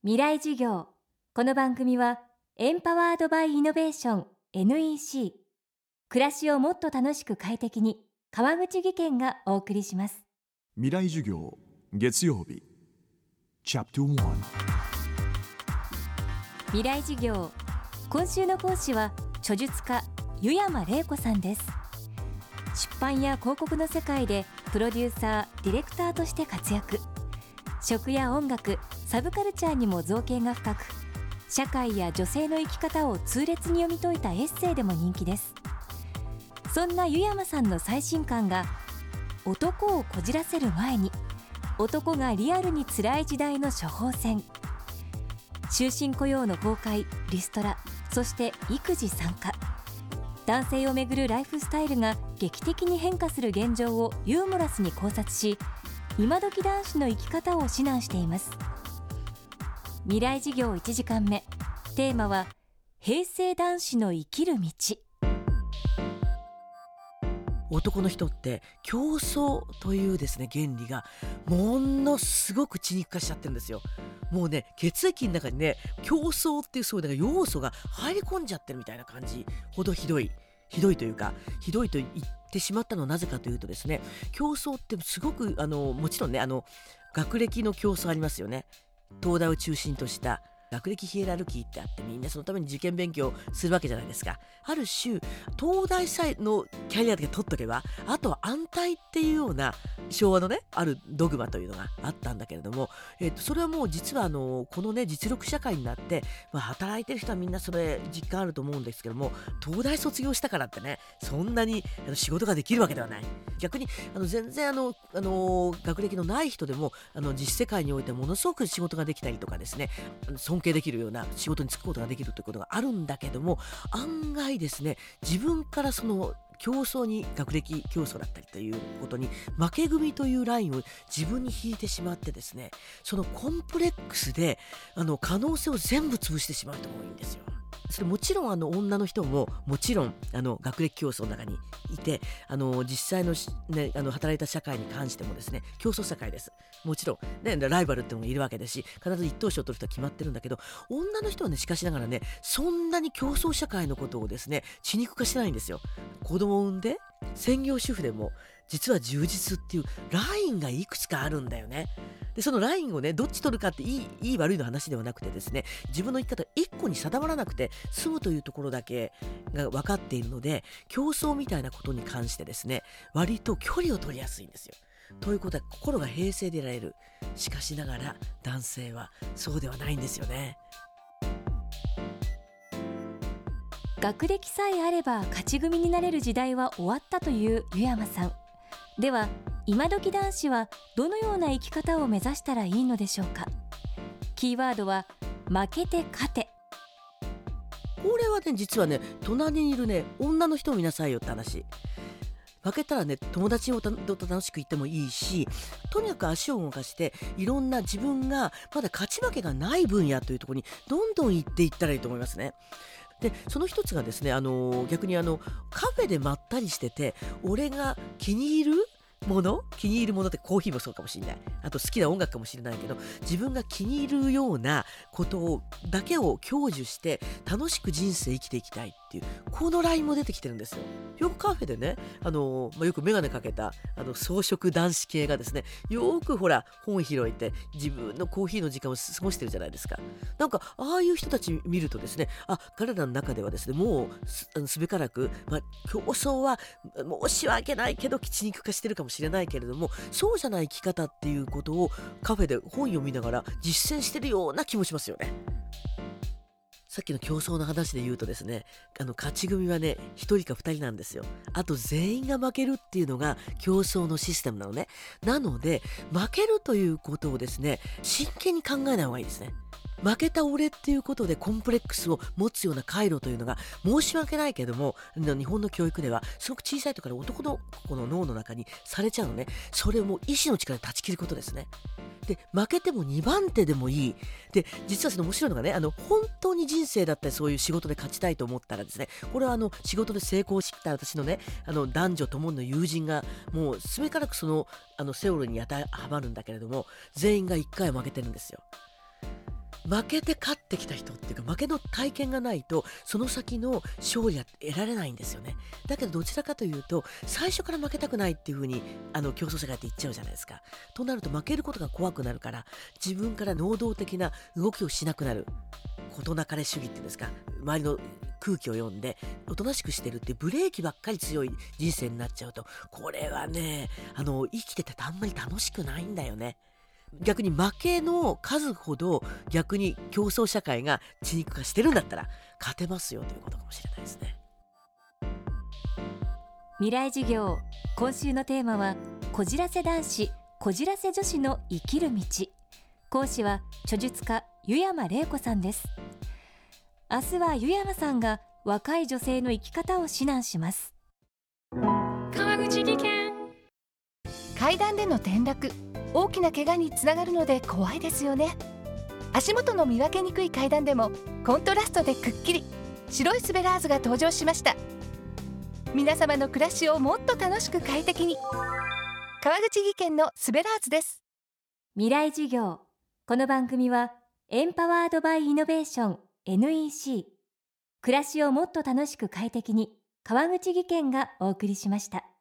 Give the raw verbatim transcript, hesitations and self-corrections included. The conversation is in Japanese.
未来授業。この番組はエンパワードバイイノベーション エヌイーシー 暮らしをもっと楽しく快適に川口義賢がお送りします。 未来授業月曜日チャプターワン未来授業。今週の講師は著述家湯山玲子さんです。出版や広告の世界でプロデューサー、ディレクターとして活躍。食や音楽、サブカルチャーにも造詣が深く、社会や女性の生き方を痛烈に読み解いたエッセイでも人気です。そんな湯山さんの最新刊が、男をこじらせる前に男がリアルに辛い時代の処方箋。終身雇用の崩壊、リストラ、そして育児参加、男性をめぐるライフスタイルが劇的に変化する現状をユーモラスに考察し、今時男子の生き方を指南しています。未来授業いちじかんめ、テーマは平成男子の生きる道。 男の人って競争というですね原理がものすごく血肉化しちゃってるんですよ。もうね、血液の中にね、競争っていうそういう要素が入り込んじゃってるみたいな感じほどひどいひどいというか、ひどいと言ってしまったのはなぜかというとですね、競争ってすごくあのもちろんね、あの学歴の競争ありますよね。東大を中心とした学歴ヒエラルキーってあって、みんなそのために受験勉強するわけじゃないですか。ある種東大さえのキャリアだけ取っとけば、あとは安泰っていうような昭和のねあるドグマというのがあったんだけれども、えー、とそれはもう実はあのこのね実力社会になって、まあ、働いてる人はみんなそれ実感あると思うんですけども、東大卒業したからってねそんなにあの仕事ができるわけではない。逆にあの全然あの、あの学歴のない人でもあの実世界においてものすごく仕事ができたりとかですね、尊敬できるような仕事に就くことができるということがあるんだけども、案外ですね自分からその競争に、学歴競争だったりということに負け組というラインを自分に引いてしまってですね、そのコンプレックスであの可能性を全部潰してしまう人も多いんですよ。それもちろんあの女の人ももちろんあの学歴競争の中にいて、あの実際の、ね、あの働いた社会に関してもですね競争社会です。もちろん、ね、ライバルってのがいるわけですし、必ず一等賞を取る人は決まってるんだけど、女の人はねしかしながらねそんなに競争社会のことをですね血肉化してないんですよ。子供を産んで専業主婦でも実は充実っていうラインがいくつかあるんだよね。でそのラインをねどっち取るかっていい、いい悪いの話ではなくてですね、自分の生き方一個に定まらなくて済むというところだけが分かっているので、競争みたいなことに関してですね割と距離を取りやすいんですよ。ということは心が平静でいられる。しかしながら男性はそうではないんですよね。 学歴さえあれば勝ち組になれる時代は終わったという湯山さん。では今時男子はどのような生き方を目指したらいいのでしょうか。キーワードは負けて勝て。 これはね実はね隣にいるね女の人を見なさいよって話。負けたらね友達と楽しく行ってもいいし、とにかく足を動かしていろんな自分がまだ勝ち負けがない分野というところにどんどん行っていったらいいと思いますね。でその一つがですね、あの逆にあのカフェでまったりしてて、俺が気に入るもの気に入るものってコーヒーもそうかもしれない、あと好きな音楽かもしれないけど、自分が気に入るようなことをだけを享受して楽しく人生生きていきたいっていうこのラインも出てきてるんですよ。よくカフェでね、あの、まあ、よく眼鏡かけたあの装飾男子系がですねよくほら本広いて自分のコーヒーの時間を過ごしてるじゃないですか。なんかああいう人たち見るとですね、あ彼らの中ではですねもう す, あのすべからく、まあ、競争は申し訳ないけど血肉化してるかもしれないけれども、そうじゃない生き方っていうことをカフェで本読みながら実践してるような気もしますよね。さっきの競争の話で言うとですね、あの勝ち組はねひとりかふたりなんですよ。あと全員が負けるっていうのが競争のシステムなのね。なので負けるということをですね真剣に考えない方がいいですね。負けた俺っていうことでコンプレックスを持つような回路というのが申し訳ないけども日本の教育ではすごく小さい時から男の子の脳の中にされちゃうのね。それをもう意志の力で断ち切ることですね。で負けてもにばん手でもいい。で実はその面白いのがね、あの本当に人生だったりそういう仕事で勝ちたいと思ったらですね、これはあの仕事で成功してきた私のねあの男女ともにの友人がもうすべからくそのあのセオリーに当てはまるんだけれども、全員がいっかい負けてるんですよ。 負けて勝ってきた人っていうか、負けの体験がないとその先の勝利は得られないんですよね。だけどどちらかというと最初から負けたくないっていう風にあの競争社会って言っちゃうじゃないですか。となると負けることが怖くなるから、自分から能動的な動きをしなくなる。事なかれ主義っていうんですか、周りの空気を読んでおとなしくしてるっていうブレーキばっかり強い人生になっちゃうと、これはね、あの生きててあんまり楽しくないんだよね。逆に負けの数ほど逆に競争社会が血肉化してるんだったら勝てますよということかもしれないですね。 未来授業、今週のテーマはこじらせ男子こじらせ女子の生きる道。講師は著述家湯山玲子さんです。明日は湯山さんが若い女性の生き方を指南します。 川口技研。階段での転落、大きな怪我につながるので怖いですよね。足元の見分けにくい階段でもコントラストでくっきり白いスベラーズが登場しました。皆様の暮らしをもっと楽しく快適に、川口技研のスベラーズです。 未来授業、この番組はエンパワードバイイノベーション エヌイーシー、 暮らしをもっと楽しく快適に、川口技研がお送りしました。